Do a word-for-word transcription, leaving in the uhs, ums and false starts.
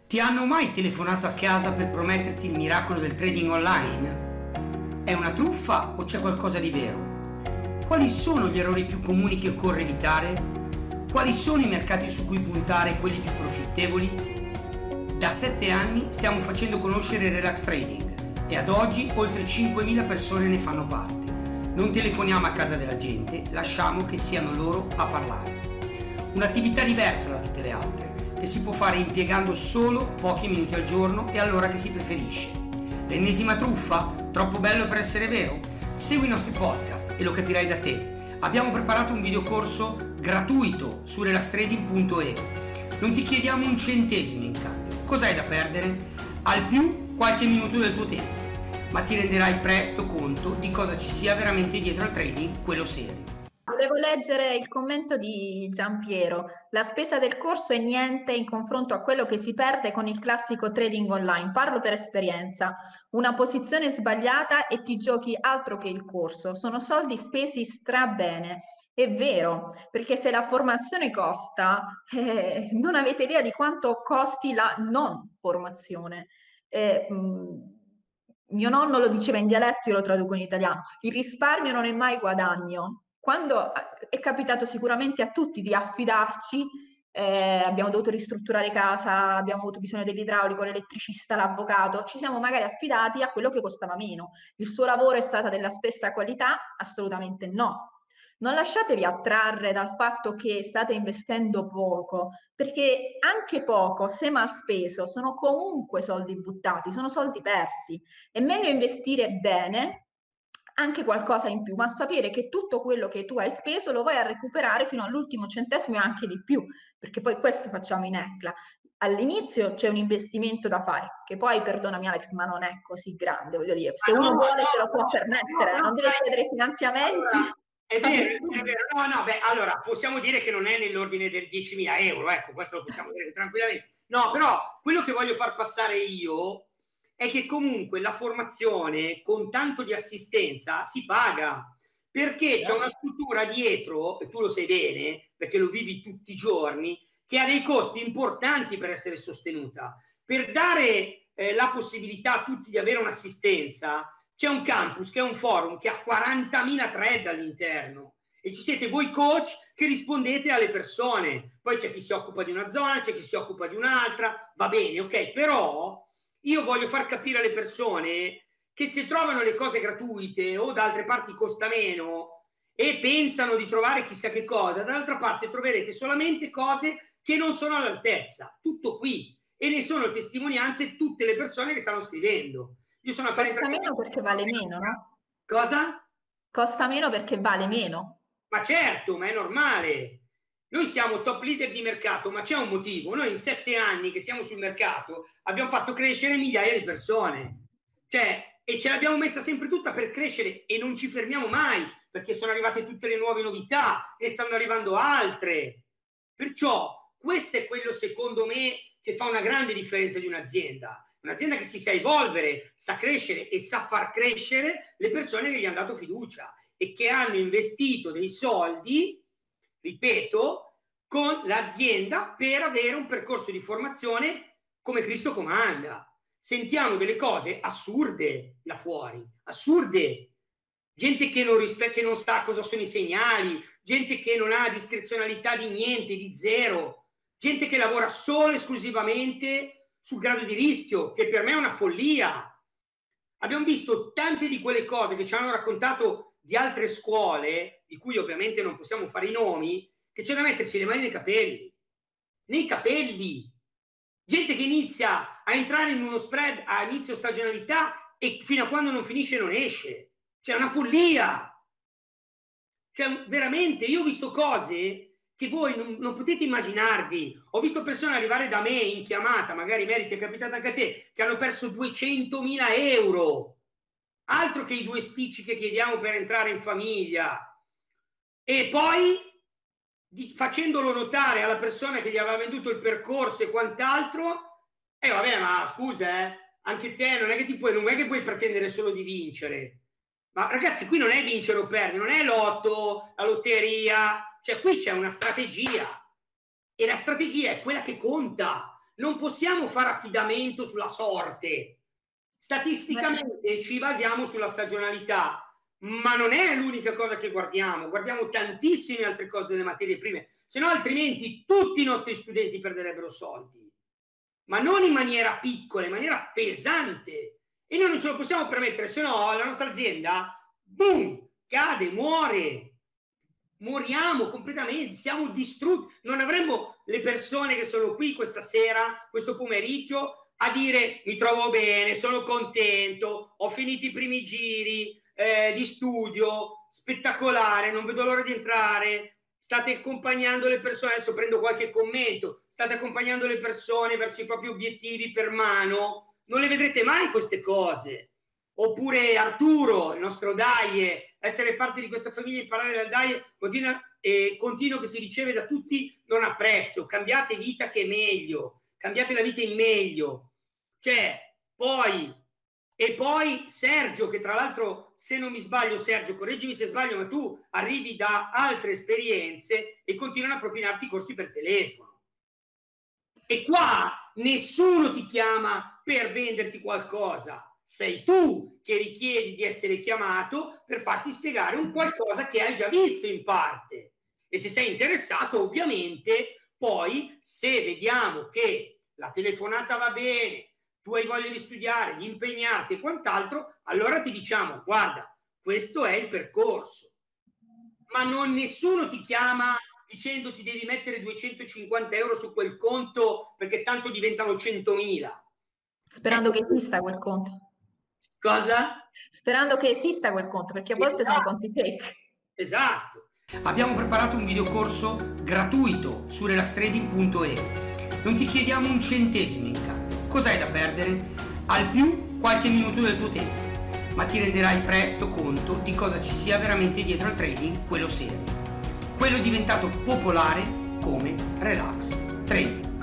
Ti hanno mai telefonato a casa per prometterti il miracolo del trading online? È una truffa o c'è qualcosa di vero? Quali sono gli errori più comuni che occorre evitare? Quali sono i mercati su cui puntare e quelli più profittevoli? Da sette anni stiamo facendo conoscere Relax Trading e ad oggi oltre cinquemila persone ne fanno parte. Non telefoniamo a casa della gente, lasciamo che siano loro a parlare. Un'attività diversa da tutte le altre, che si può fare impiegando solo pochi minuti al giorno e all'ora che si preferisce. L'ennesima truffa? Troppo bello per essere vero? Segui i nostri podcast e lo capirai da te. Abbiamo preparato un videocorso gratuito su relax trading punto e u. Non ti chiediamo un centesimo in cambio. Cos'hai da perdere? Al più qualche minuto del tuo tempo, ma ti renderai presto conto di cosa ci sia veramente dietro al trading, quello serio. Volevo leggere il commento di Giampiero. La spesa del corso è niente in confronto a quello che si perde con il classico trading online. Parlo per esperienza. Una posizione sbagliata e ti giochi altro che il corso. Sono soldi spesi strabene. È vero, perché se la formazione costa, eh, non avete idea di quanto costi la non formazione. Eh, mh, mio nonno lo diceva in dialetto, io lo traduco in italiano. Il risparmio non è mai guadagno. Quando è capitato sicuramente a tutti di affidarci, eh, abbiamo dovuto ristrutturare casa, abbiamo avuto bisogno dell'idraulico, l'elettricista, l'avvocato, ci siamo magari affidati a quello che costava meno. Il suo lavoro è stata della stessa qualità? Assolutamente no. Non lasciatevi attrarre dal fatto che state investendo poco, perché anche poco, se mal speso, sono comunque soldi buttati, sono soldi persi. È meglio investire bene, anche qualcosa in più, ma sapere che tutto quello che tu hai speso lo vai a recuperare fino all'ultimo centesimo e anche di più, perché poi questo facciamo in E C L A. All'inizio c'è un investimento da fare, che poi, perdonami Alex, ma non è così grande, voglio dire, se Ma uno no, vuole no, ce lo può no, permettere, no, no, non deve dai. chiedere finanziamenti. Allora, è vero, è vero, no, no, beh, allora, possiamo dire che non è nell'ordine del diecimila euro, ecco, questo lo possiamo dire tranquillamente. No, però, quello che voglio far passare io è che comunque la formazione con tanto di assistenza si paga, perché c'è una struttura dietro, e tu lo sai bene, perché lo vivi tutti i giorni, che ha dei costi importanti per essere sostenuta. Per dare eh, la possibilità a tutti di avere un'assistenza, c'è un campus che è un forum che ha quarantamila thread all'interno e ci siete voi coach che rispondete alle persone. Poi c'è chi si occupa di una zona, c'è chi si occupa di un'altra, va bene, ok, però io voglio far capire alle persone che se trovano le cose gratuite o da altre parti costa meno e pensano di trovare chissà che cosa, dall'altra parte troverete solamente cose che non sono all'altezza, tutto qui, e ne sono testimonianze tutte le persone che stanno scrivendo. Io sono appena Costa meno perché vale meno, no? Cosa? Costa meno perché vale meno. Ma certo, ma è normale. Noi siamo top leader di mercato, ma c'è un motivo. Noi in sette anni che siamo sul mercato abbiamo fatto crescere migliaia di persone. Cioè, e ce l'abbiamo messa sempre tutta per crescere e non ci fermiamo mai, perché sono arrivate tutte le nuove novità e stanno arrivando altre. Perciò questo è quello, secondo me, che fa una grande differenza di un'azienda. Un'azienda che si sa evolvere, sa crescere e sa far crescere le persone che gli hanno dato fiducia e che hanno investito dei soldi, ripeto, con l'azienda per avere un percorso di formazione come Cristo comanda. Sentiamo delle cose assurde là fuori, assurde. Gente che non, rispe- che non sa cosa sono i segnali, gente che non ha discrezionalità di niente, di zero, gente che lavora solo e esclusivamente sul grado di rischio, che per me è una follia. Abbiamo visto tante di quelle cose che ci hanno raccontato di altre scuole, di cui ovviamente non possiamo fare i nomi, che c'è da mettersi le mani nei capelli. Nei capelli. Gente che inizia a entrare in uno spread a inizio stagionalità e fino a quando non finisce non esce. Cioè è una follia. Cioè veramente, io ho visto cose che voi non, non potete immaginarvi. Ho visto persone arrivare da me in chiamata, magari Meriti, è capitato anche a te, che hanno perso duecentomila euro. Altro che i due spicci che chiediamo per entrare in famiglia. E poi, di, facendolo notare alla persona che gli aveva venduto il percorso e quant'altro, e eh, vabbè, ma scusa, eh, anche te non è che ti puoi, non è che puoi pretendere solo di vincere. Ma ragazzi, qui non è vincere o perdere, non è lotto, la lotteria, cioè qui c'è una strategia e la strategia è quella che conta. non possiamo fare affidamento sulla sorte. Statisticamente ci basiamo sulla stagionalità, ma non è l'unica cosa che guardiamo, guardiamo tantissime altre cose delle materie prime, se no altrimenti tutti i nostri studenti perderebbero soldi, ma non in maniera piccola, in maniera pesante, e noi non ce lo possiamo permettere, se no la nostra azienda, boom, cade, muore, moriamo completamente, siamo distrutti, non avremmo le persone che sono qui questa sera, questo pomeriggio, a dire mi trovo bene, sono contento, ho finito i primi giri eh, di studio, spettacolare, non vedo l'ora di entrare, state accompagnando le persone, adesso prendo qualche commento, state accompagnando le persone verso i propri obiettivi per mano, non le vedrete mai queste cose. Oppure Arturo, il nostro Daie, essere parte di questa famiglia, imparare dal Daie, continua, eh, continuo che si riceve da tutti, non ha prezzo, cambiate vita che è meglio, cambiate la vita in meglio. Cioè, poi, e poi Sergio, che tra l'altro, se non mi sbaglio, Sergio, correggimi se sbaglio, ma tu arrivi da altre esperienze e continuano a propinarti corsi per telefono. E qua nessuno ti chiama per venderti qualcosa. Sei tu che richiedi di essere chiamato per farti spiegare un qualcosa che hai già visto in parte. E se sei interessato, ovviamente, poi se vediamo che la telefonata va bene, tu hai voglia di studiare, di impegnarti e quant'altro, allora ti diciamo, guarda, questo è il percorso. Ma non nessuno ti chiama dicendo ti devi mettere duecentocinquanta euro su quel conto perché tanto diventano centomila. Sperando che esista quel conto. Cosa? Sperando che esista quel conto, perché a volte esatto. sono conti fake. Esatto. Abbiamo preparato un videocorso gratuito su relax trading punto e u. Non ti chiediamo un centesimo in cambio. Cos'hai da perdere? Al più qualche minuto del tuo tempo, ma ti renderai presto conto di cosa ci sia veramente dietro al trading, quello serio. Quello diventato popolare come Relax Trading.